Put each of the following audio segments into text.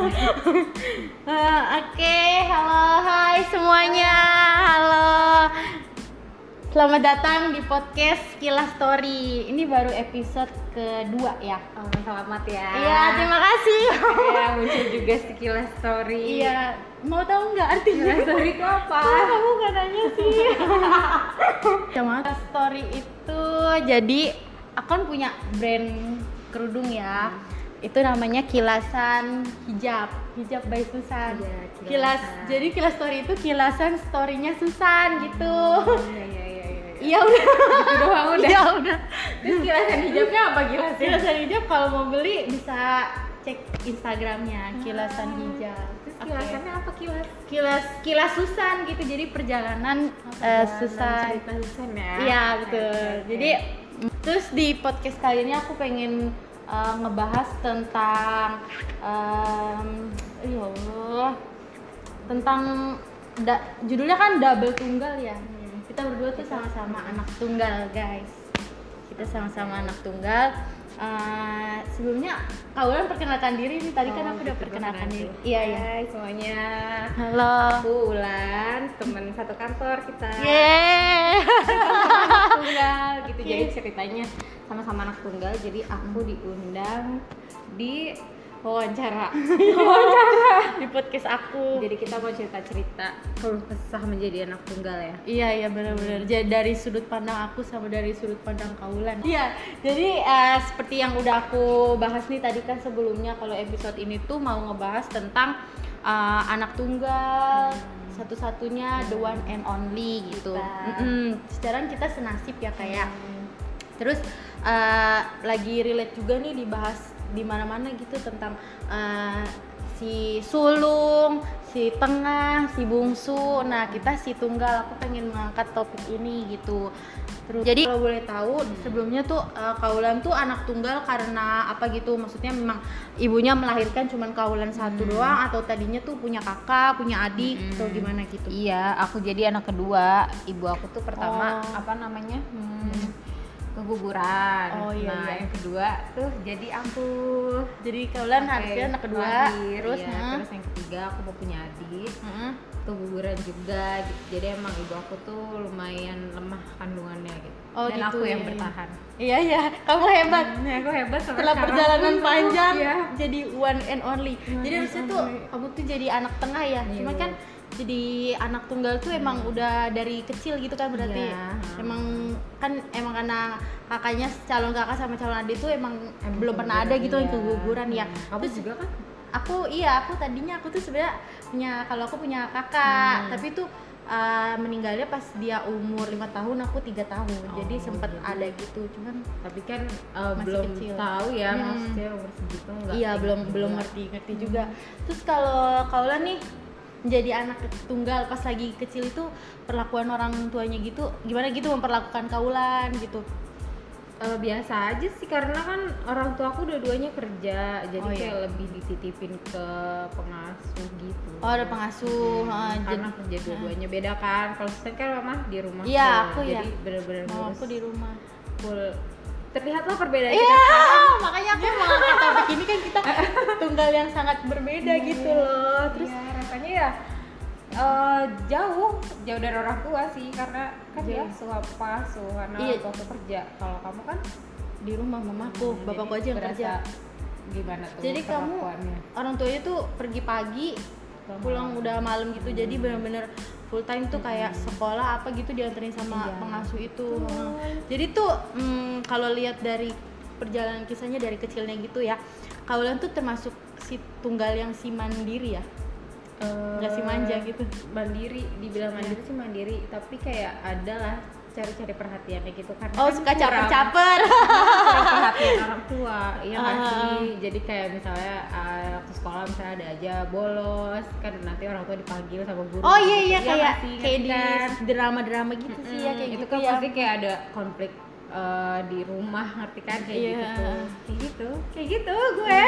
Oke, halo, hai semuanya. Halo. Selamat datang di podcast Kilas Story. Ini baru episode kedua ya. Selamat ya. Iya, terima kasih. Ya, muncul juga si Kilas Story. Iya, mau tahu nggak artinya? Kilas Story itu apa? Kamu nggak nanya sih. Kilas Story itu jadi aku kan punya brand kerudung ya. Itu namanya Kilasan Hijab by Susan. Iya, Jadi Kilas Story itu kilasan story-nya Susan gitu. Iya. Iya udah. Gitu doang udah. Iya udah. Terus kilasan hijabnya apa kilasan? Kilasan hijab kalau mau beli bisa cek Instagramnya Kilasan Hijab. Terus kilasannya apa kilas? Kilas Susan gitu. Jadi perjalanan Susan. Cerita Susan ya. Iya betul. Oke. Jadi terus di podcast kali ini aku pengen ngebahas tentang ya Allah, tentang judulnya kan double tunggal ya. Kita berdua tuh sama-sama anak tunggal guys. Kita sama-sama anak tunggal. Sebelumnya Kaulan perkenalkan diri nih. Tadi kan aku udah perkenalkan diri. Iya. Hai semuanya. Halo. Aku Ulan, teman satu kantor kita. Yeay. Anak tunggal gitu. Jadi ceritanya sama-sama anak tunggal. Jadi aku diundang di wawancara Di podcast aku. Jadi kita mau cerita-cerita keluh kesah menjadi anak tunggal ya. Iya benar-benar. Jadi dari sudut pandang aku sama dari sudut pandang Kaulan. Iya. Jadi seperti yang udah aku bahas nih tadi kan sebelumnya, kalau episode ini tuh mau ngebahas tentang anak tunggal satu-satunya, the one and only gitu. Sekarang kita senasib ya kayak. Terus lagi relate juga nih dibahas di mana-mana gitu tentang si sulung, si tengah, si bungsu. Nah, kita si tunggal. Aku pengen mengangkat topik ini gitu. Terus jadi kalau boleh tahu sebelumnya tuh Kaulan tuh anak tunggal karena apa gitu? Maksudnya memang ibunya melahirkan cuman Kaulan satu doang atau tadinya tuh punya kakak, punya adik atau gimana gitu? Iya, aku jadi anak kedua. Ibu aku tuh pertama apa namanya? Keguguran. Nah, yang kedua tuh jadi aku. Jadi Kaulan harusnya anak kedua. Terus terus yang ketiga aku mau punya adik. Keguguran juga gitu. Jadi emang ibu aku tuh lumayan lemah kandungannya gitu. Dan gitu, aku yang iya. bertahan. Iya, kamu hebat. Aku hebat sampai Setelah perjalanan panjang iya. jadi one and only. Jadi harusnya tuh kamu tuh jadi anak tengah ya. Cuman kan jadi anak tunggal tuh emang udah dari kecil gitu kan berarti. Emang karena kakaknya calon kakak sama calon adik tuh emang belum pernah ada gitu yang keguguran ya. Kamu juga kan? Aku tadinya aku tuh sebenarnya kalau aku punya kakak, tapi tuh meninggalnya pas dia umur 5 tahun, aku 3 tahun. Jadi sempet ada gitu, cuman tapi kan masih belum kecil. tahu ya maksudnya umur segitu enggak. Iya, belum ngerti juga. Terus kalau Kaulan nih menjadi anak tunggal pas lagi kecil itu perlakuan orang tuanya gitu gimana gitu memperlakukan Kaulan gitu? Biasa aja sih karena kan orang tua aku dua-duanya kerja, jadi kayak lebih dititipin ke pengasuh gitu. Oh, ada pengasuh. Karena kerja dua-duanya beda kan. Kalau Susan kan mama di rumah. Iya, aku jadi ya. benar-benar Aku di rumah. Full. Terlihatlah perbedaan Iya, kita. makanya aku mau angkat topik ini kan kita tunggal yang sangat berbeda gitu loh. Terus rasanya ya jauh dari orang tua sih karena kan dia asuhan orang tua kerja. Kalau kamu kan di rumah mamaku, bapakku aja yang kerja. Gimana tuh? Jadi kamu orang tuanya tuh pergi pagi, pulang udah malam gitu. Jadi benar-benar full time tuh kayak sekolah apa gitu dianterin sama pengasuh itu. Jadi tuh kalau lihat dari perjalanan kisahnya dari kecilnya gitu ya, Kaulan tuh termasuk si tunggal yang si mandiri ya. Nggak si manja gitu. Mandiri, dibilang mandiri sih mandiri, tapi kayak ada lah cari-cari perhatiannya gitu kan. Suka caper-caper. Perhatian orang tua, iya nggak sih? Jadi kayak misalnya waktu sekolah misalnya ada aja bolos, kan nanti orang tua dipanggil sama guru. Oh iya gitu. kayak kayak di drama-drama gitu sih ya kayak itu gitu kan ya. pasti kayak ada konflik di rumah, ngerti kan kayak gitu. Kayak gitu gue.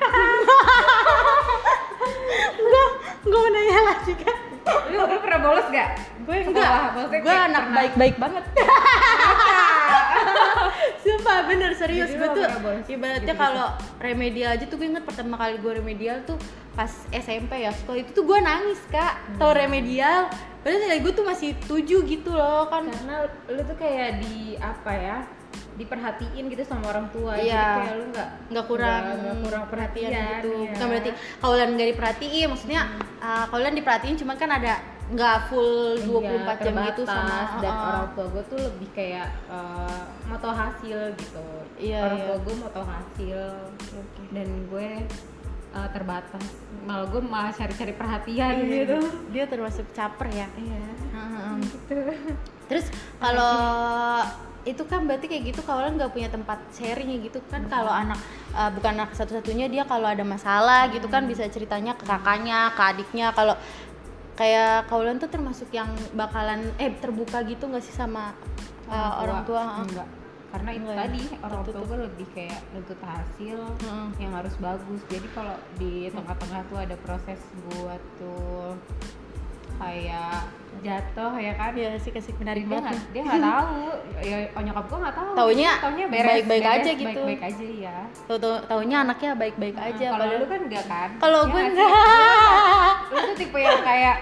Gue mau nanya lagi kan. Lu pernah bolos gak? Gue enggak. Gue anak baik-baik banget. Sumpah bener serius. Jadi Gue lo tuh pernah bolos ibaratnya gitu-gitu? kalau remedial aja tuh gue inget pertama kali gue remedial tuh pas SMP ya, setelah itu tuh gue nangis kak. Tau remedial padahal nilai gue tuh masih 7 gitu loh kan. Karena lu tuh kayak di apa ya, diperhatiin gitu sama orang tua. Iya. Jadi kayak lu nggak kurang perhatian gitu. iya. Bukan berarti kaulan nggak diperhatiin, maksudnya kaulan diperhatiin cuman kan ada nggak full 24 jam gitu sama dan orang tua gue tuh lebih kayak mau tahu hasil gitu. Iya, Orang iya. tua gue mau tahu hasil dan gue terbatas. Malah gue malah cari-cari perhatian gitu. Dia termasuk caper ya. Iya. Gitu. Terus kalau itu kan berarti kayak gitu kawalan nggak punya tempat sharing gitu kan. Kalau anak bukan anak satu-satunya, dia kalau ada masalah gitu kan bisa ceritanya ke kakaknya, ke adiknya. Kalau kayak kawalan tuh termasuk yang bakalan terbuka gitu nggak sih sama orang tua? Enggak. Karena itu Enggak ya? tadi orang tua Tertutup. gue lebih kayak nuntut hasil yang harus bagus. Jadi kalau di tengah-tengah tuh ada proses buat tuh kayak jatuh ya kan, Iya sih, kasih menarik banget. dia nggak tahu ya, nyokap gue nggak tahu. Taunya beres, baik-baik beres, aja gitu. baik-baik aja ya. Taunya anaknya baik-baik aja. Kalau padahal lu kan enggak kan? kalau Ya gue nggak sih? enggak. Lu tuh tipe yang kayak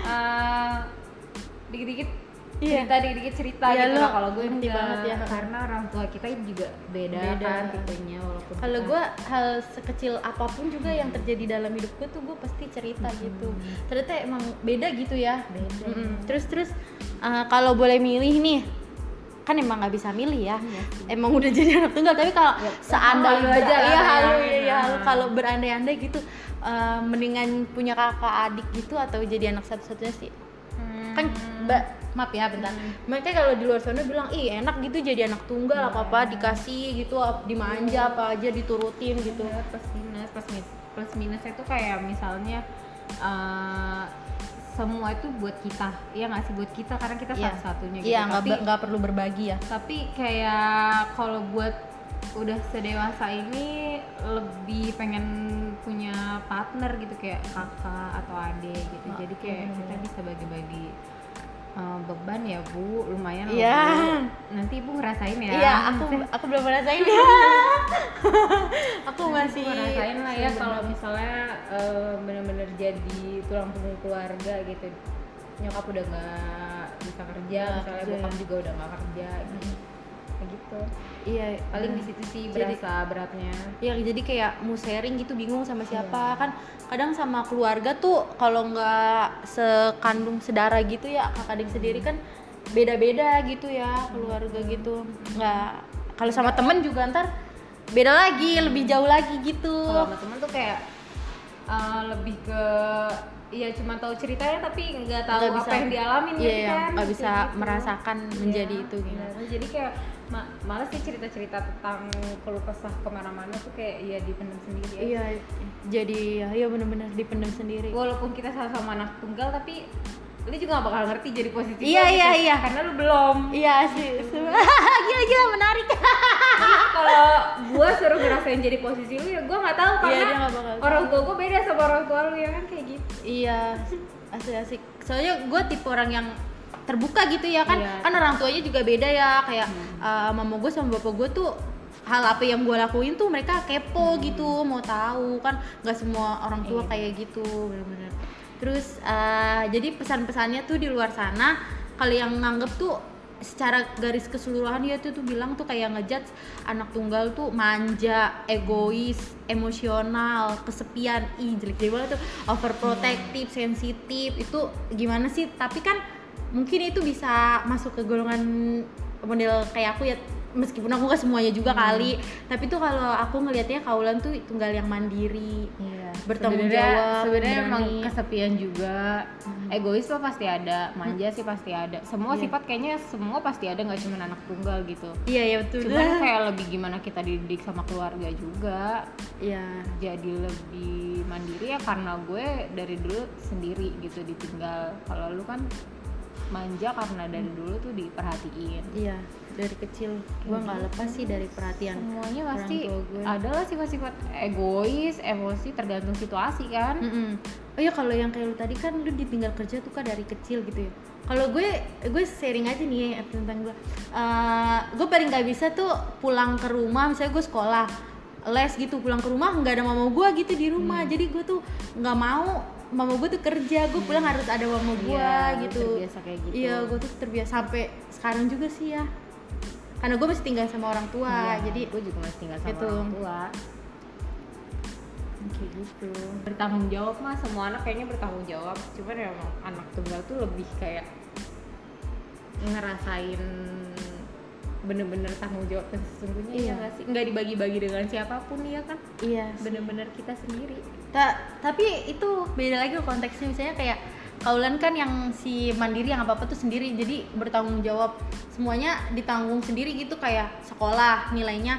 dikit-dikit Iya. dikit-dikit cerita Iya, gitu lu lah. Kalau gue ngerti enggak, banget ya. karena orang tua kita juga beda. Kan tipenya, walaupun Kalau kita- gue hal sekecil apapun juga yang terjadi dalam hidup gue tuh gue pasti cerita gitu. Ternyata emang beda gitu ya. Beda. Terus kalau boleh milih nih, kan emang nggak bisa milih ya. Iya sih. Emang udah jadi anak tunggal, tapi kalau Ya, seandainya halu aja lah ya halu bayangin. ya halu. Nah. Kalau berandai-andai gitu, mendingan punya kakak adik gitu atau jadi anak satu-satunya sih? Kan maaf ya bentar, mereka kalau di luar sana bilang ih enak gitu jadi anak tunggal, apa-apa dikasih gitu, dimanja apa aja diturutin gitu. Ya, plus minusnya itu kayak misalnya semua itu buat kita, ya nggak sih, buat kita karena kita Iya. satu-satunya gitu. Iya, Tapi nggak perlu berbagi ya. tapi kayak kalau buat udah sedewasa ini lebih pengen punya partner gitu, kayak kakak atau adik gitu. Jadi kayak kita bisa bagi-bagi beban ya Bu, lumayan loh Iya. Bu. Nanti Ibu ngerasain ya. Iya, aku belum ngerasain ya. Aku masih ngerasain lah ya sebenarnya. kalau misalnya benar-benar jadi tulang punggung keluarga gitu. Nyokap udah nggak bisa kerja, misalnya kerja. bokap juga udah nggak kerja kayak gitu. Iya, Paling di situ sih Jadi- berasa beratnya. ya jadi kayak mau sharing gitu bingung sama siapa. Kan kadang sama keluarga tuh kalau nggak sekandung sedara gitu ya, kakak adik sendiri kan beda-beda gitu ya keluarga gitu. Nggak, kalau sama temen juga ntar beda lagi, lebih jauh lagi gitu. Kalau sama temen tuh kayak lebih ke ya cuma tahu ceritanya tapi nggak tahu Nggak apa bisa- yang dialamin iya, gitu kan. nggak bisa Kayak gitu. merasakan menjadi Iya, itu gitu. benar. Jadi kayak malah sih cerita-cerita tentang keluh kesah kemana-mana tuh kayak ya dipendam sendiri aja. Iya, jadi ya benar-benar dipendam sendiri. Walaupun kita sama-sama anak tunggal tapi lu juga gak bakal ngerti jadi posisi Iya, gua iya, gitu. iya. Karena lu belum. Iya sih. Gila menarik. Kalau gua suruh ngerasain jadi posisi lu ya gua nggak tahu Iya, karena dia nggak bakal tahu. orang tua gua beda sama orang tua lu ya kan kayak gitu. Iya, asik-asik. Soalnya gue tipe orang yang terbuka gitu ya kan. Iya. Kan orang tuanya juga beda ya. Kayak mama gue sama bapak gue tuh hal apa yang gue lakuin tuh mereka kepo gitu, mau tahu kan. Nggak semua orang tua kayak gitu, benar-benar. Terus jadi pesan-pesannya tuh di luar sana, kalau yang nganggep tuh secara garis keseluruhan dia tuh bilang tuh kayak ngejudge anak tunggal tuh manja, egois, emosional, kesepian, jelek banget tuh, overprotective, sensitif. Itu gimana sih? Tapi kan mungkin itu bisa masuk ke golongan model kayak aku ya, meskipun aku gak semuanya juga kali. Tapi tuh kalau aku ngelihatnya kaulan tuh tunggal yang mandiri, bertanggung jawab, Sebenarnya emang berani. kesepian juga, egois tuh pasti ada, manja sih pasti ada. Semua Iya. sifat kayaknya semua pasti ada, nggak cuma anak tunggal gitu. Iya ya betul. Cuman kayak lebih gimana kita dididik sama keluarga juga. Iya. Jadi lebih mandiri ya karena gue dari dulu sendiri gitu ditinggal. Kalau lu kan manja karena dari dulu tuh diperhatiin. Iya. dari kecil gue nggak lepas sih dari perhatian semuanya orang pasti tua gue. ada lah sifat-sifat egois, emosi tergantung situasi kan. Oh ya kalau yang kayak lu tadi kan lu ditinggal kerja tuh kan dari kecil gitu ya. Kalau gue sharing aja nih ya, tentang gue paling nggak bisa tuh pulang ke rumah, misalnya gue sekolah les gitu, pulang ke rumah nggak ada mama gue gitu di rumah. Jadi gue tuh nggak mau mama gue tuh kerja, gue pulang harus ada mama gue gitu. Terbiasa kayak gitu. Iya, gue tuh terbiasa sampai sekarang juga sih ya, karena gue masih tinggal sama orang tua. Jadi gue juga masih tinggal sama gitu. orang tua kayak gitu. Bertanggung jawab mah semua anak kayaknya bertanggung jawab, cuman ya emang anak tunggal tuh lebih kayak ngerasain bener-bener tanggung jawab sesungguhnya. Iya. Ya nggak sih, nggak dibagi-bagi dengan siapapun ya kan. iya Bener-bener kita sendiri. Tapi itu beda lagi konteksnya, misalnya kayak Kaulan kan yang si mandiri, yang apa-apa tuh sendiri, jadi bertanggung jawab semuanya ditanggung sendiri gitu, kayak sekolah nilainya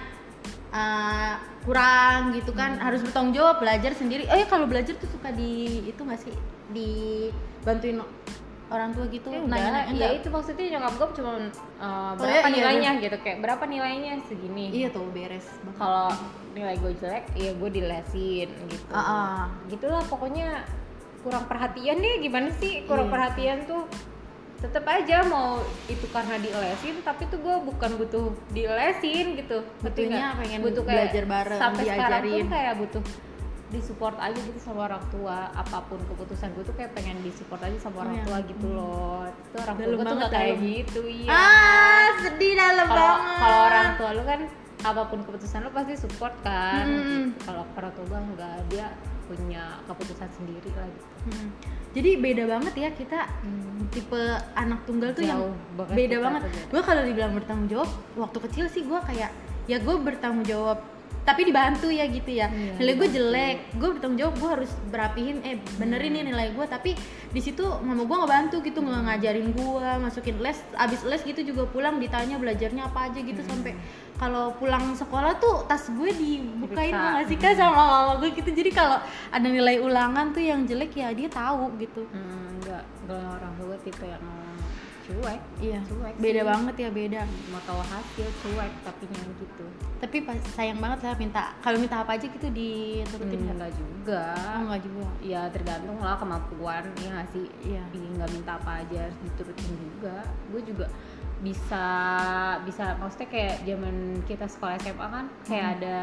kurang gitu kan, harus bertanggung jawab, belajar sendiri. Oh ya, kalau belajar tuh suka di itu nggak sih, dibantuin orang tua gitu? Enggak. Ya itu maksudnya nyokap gue cuma berapa nilainya gitu, kayak berapa nilainya segini. Iya tuh beres. Kalau nilai gue jelek, ya gue dilesin gitu. Gitulah pokoknya. Kurang perhatian deh, gimana sih kurang perhatian tuh. Tetep aja mau itu karena dilesin, tapi tuh gue bukan butuh dilesin gitu. Butuhnya pengen butuh belajar bareng, sampai sekarang diajarin. tuh kayak butuh disupport aja gitu sama orang tua. Apapun keputusan gue tuh kayak pengen disupport aja sama orang tua gitu loh. Itu orang tua gue tuh gak kayak gitu. Iya. Sedih dalam banget. Kalau orang tua lu kan apapun keputusan lu pasti support kan. Kalau orang tua gue enggak, dia punya keputusan sendiri lah gitu. Jadi beda banget ya kita, tipe anak tunggal tuh Jauh yang banget beda kita banget. tuh. Gue kalau dibilang bertanggung jawab waktu kecil sih gue kayak ya gue bertanggung jawab tapi dibantu ya gitu ya. Nilai gue jelek, gue bertanggung jawab, gue harus berapihin, benerin nih nilai gue. Tapi di situ mama gue ngebantu gitu, ngajarin gue, masukin les, abis les gitu juga pulang ditanya belajarnya apa aja gitu. Sampai kalau pulang sekolah tuh tas gue dibukain nggak sih Kak sama mama gue gitu. Jadi kalau ada nilai ulangan tuh yang jelek ya dia tahu gitu. Enggak, orang tua tipe yang cuek. Iya, cuek beda sih. banget ya, beda. Mau tahu hasil cuek tapi yang gitu. Tapi sayang banget lah kalau minta apa aja gitu diturutin nggak? Enggak juga. Enggak juga. Ya tergantung lah kemampuan, ya nggak sih. Iya. Nggak minta apa aja harus diturutin juga. Gue juga bisa maksudnya kayak zaman kita sekolah SMA kan kayak ada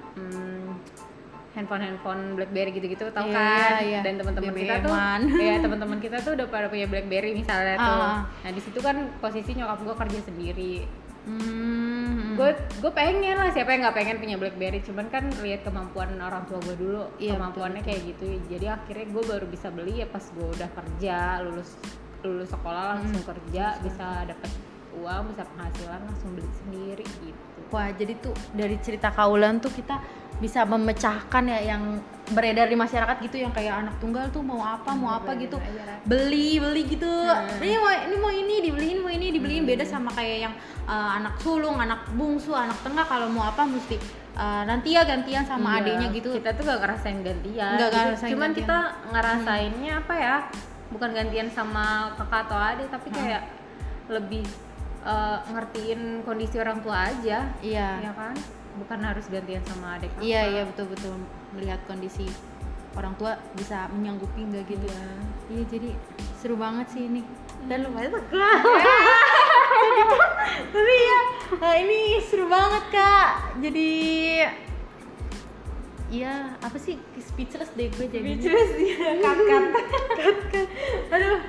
handphone BlackBerry gitu-gitu tau kan. Iya. Dan teman-teman kita tuh ya teman-teman kita tuh udah pada punya BlackBerry misalnya tuh. Nah di situ kan posisi nyokap gue kerja sendiri. Gue pengen lah, siapa yang nggak pengen punya BlackBerry, cuman kan lihat kemampuan orang tua gue dulu, kemampuannya kayak gitu. Jadi akhirnya gue baru bisa beli ya pas gue udah kerja, lulus sekolah langsung kerja, bisa dapat uang, bisa penghasilan, langsung beli sendiri gitu. Wah, jadi tuh dari cerita Kaulan tuh kita bisa memecahkan ya yang beredar di masyarakat gitu, yang kayak anak tunggal tuh mau apa gitu, beli gitu. Ini mau ini dibeliin, beda sama kayak yang anak sulung, anak bungsu, anak tengah, kalau mau apa mesti nanti ya gantian sama adiknya gitu. Kita tuh gak ngerasain gantian. Cuman gantian. kita ngerasainnya apa ya? Bukan gantian sama kakak atau adik, tapi kayak lebih ngertiin kondisi orang tua aja. Iya. Ya kan? Bukan harus gantian sama adik kakak. Iya betul melihat kondisi orang tua bisa menyanggupi nggak gitu. Iya, jadi seru banget sih ini. Dan lumayan tegang. Tapi ya ini seru banget Kak. Jadi ya apa sih, speechless deh gue jadi. Speechless ya. Kat. Aduh.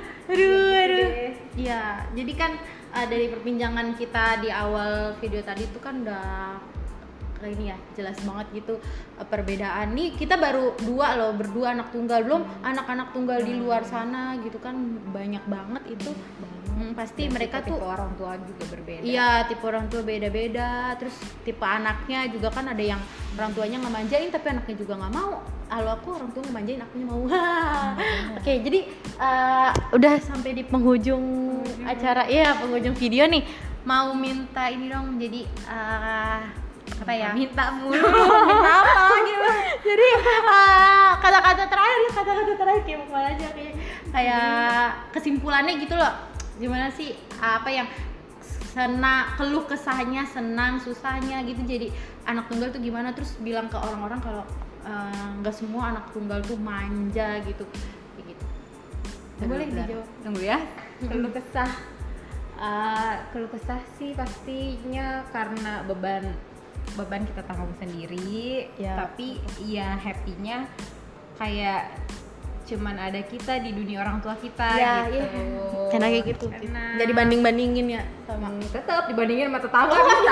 Iya, jadi kan dari perbincangan kita di awal video tadi tuh kan udah ini ya, jelas banget gitu perbedaan. Nih kita baru berdua anak tunggal, belum anak-anak tunggal di luar sana gitu kan banyak banget itu. Pasti dan mereka tipe tuh orang tua juga berbeda. Iya, tipe orang tua beda-beda. Terus tipe anaknya juga kan ada yang orang tuanya ngemanjain tapi anaknya juga nggak mau. Kalau aku orang tua ngemanjain, akunya mau. Oke, jadi udah sampai di penghujung acara, penghujung video nih. Mau minta ini dong, jadi apa ya? Minta mulu. Minta apa gitu. Jadi kata-kata terakhir kayak mau aja kayak kesimpulannya gitu loh. Gimana sih apa yang keluh kesahnya, senang susahnya gitu. Jadi anak tunggal tuh gimana, terus bilang ke orang-orang kalau nggak semua anak tunggal tuh manja gitu, kayak gitu. Boleh dijawab. Tunggu ya. Keluh kesah. Keluh kesah sih pastinya karena beban kita tanggung sendiri, Ya. tapi ya happy-nya kayak cuman ada kita di dunia orang tua kita gitu. Karena kayak gitu. Karena- Jadi banding-bandingin ya sama. Tetap dibandingin sama tetangga bisa.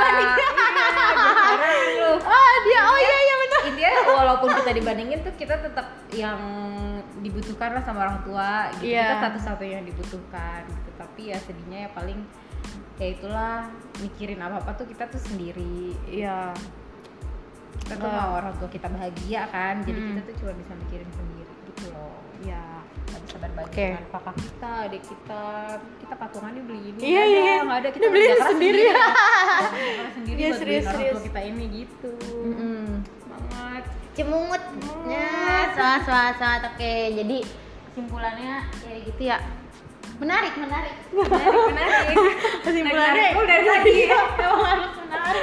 Iya, Dia iya benar. intinya walaupun kita dibandingin tuh kita tetap yang dibutuhkan lah sama orang tua gitu. Iya. Kita satu-satunya yang dibutuhkan gitu. Tapi ya sedihnya ya paling ya itulah, mikirin apa-apa tuh kita tuh sendiri. Iya. Kita tuh mau orang tua kita bahagia kan, jadi kita tuh cuma bisa mikirin sendiri gitu loh. Iya. Gak bisa berbagi Oke. dengan kakak kita, adik kita patungannya beli ini. Iya. Nggak ada, kita Dia beliin kerja keras sendiri. Kerja sendiri Iya, buat beliin orang serius. tua kita ini gitu. Semangat. Cemut. Nah, semangat. Oke, jadi kesimpulannya kayak gitu ya. Menarik. Menarik. Kesimpulannya Dari tadi. emang harus menarik.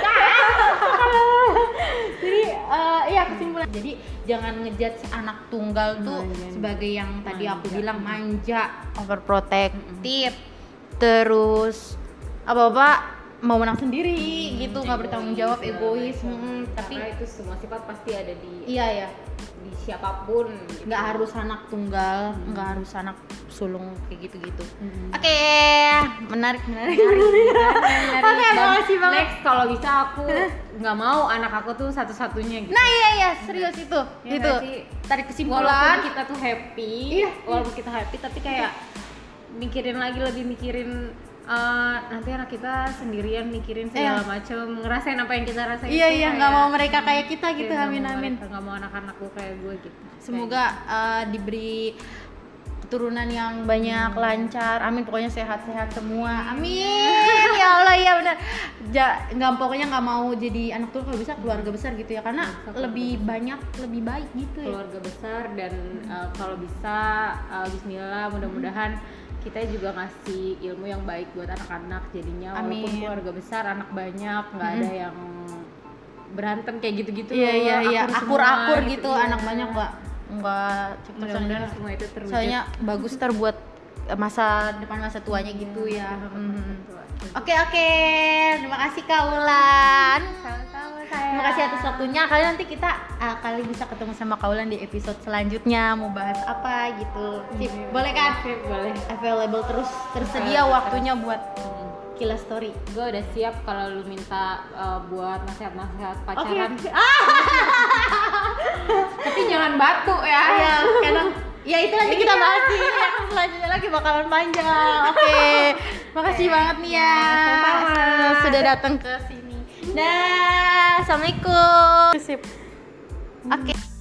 Jadi iya kesimpulan. Jadi jangan ngejudge anak tunggal tuh sebagai yang tadi aku bilang manja, overprotective, terus apa mau menang sendiri gitu, nggak bertanggung jawab, egois. Tapi Karena itu semua sifat pasti ada di iya ya, di siapapun. Gitu. nggak harus anak tunggal, nggak harus anak sulung kayak gitu-gitu. Oke, menarik. Oke, makasih banget. Next kalau bisa aku nggak mau anak aku tuh satu-satunya gitu. Nah iya serius itu, Ya gitu. nggak sih? Tarik Walaupun kesimpulan. kita tuh happy, Iya. walaupun kita happy tapi kayak lebih mikirin nanti anak kita sendirian mikirin segala macam, ngerasain apa yang kita rasain. Iya tuh iya, kayak- nggak mau mereka kayak kita gitu, kayak amin nggak mau amin. mereka, nggak mau anak-anak gue kayak gue gitu. Semoga diberi keturunan yang banyak, lancar, amin. Pokoknya sehat-sehat semua, amin. Ya Allah ya benar. Nggak, pokoknya nggak mau jadi anak tuh kalau bisa keluarga besar gitu ya, karena lebih banyak lebih baik gitu ya. Keluarga besar dan kalau bisa Bismillah mudah-mudahan kita juga ngasih ilmu yang baik buat anak-anak, jadinya walaupun Amin. keluarga besar anak banyak nggak ada yang berantem kayak gitu-gitu. Iya, akur-akur semua, gitu, iya. anak banyak nggak cepet-cepet. Mudah-mudahan semua itu terwujud. Soalnya bagus buat masa depan, masa tuanya gitu ya. Oke, terima kasih Kak Ulan. Sama-sama Terima kasih atas waktunya. Kali nanti kita kali bisa ketemu sama Kak Ulan di episode selanjutnya, mau bahas apa gitu. Sip, boleh kan? Sip, boleh. Available terus, tersedia waktunya buat Kila Story. Gue udah siap kalau lu minta buat nasihat-nasihat pacaran. Tapi jangan batu ya. Ya, kadang ya itu nanti kita bahas di yang selanjutnya lagi, bakalan panjang. Oke. Makasih banget nih ya. Sama-sama. Sudah datang ke sini. Nah, assalamualaikum. Sip. Oke.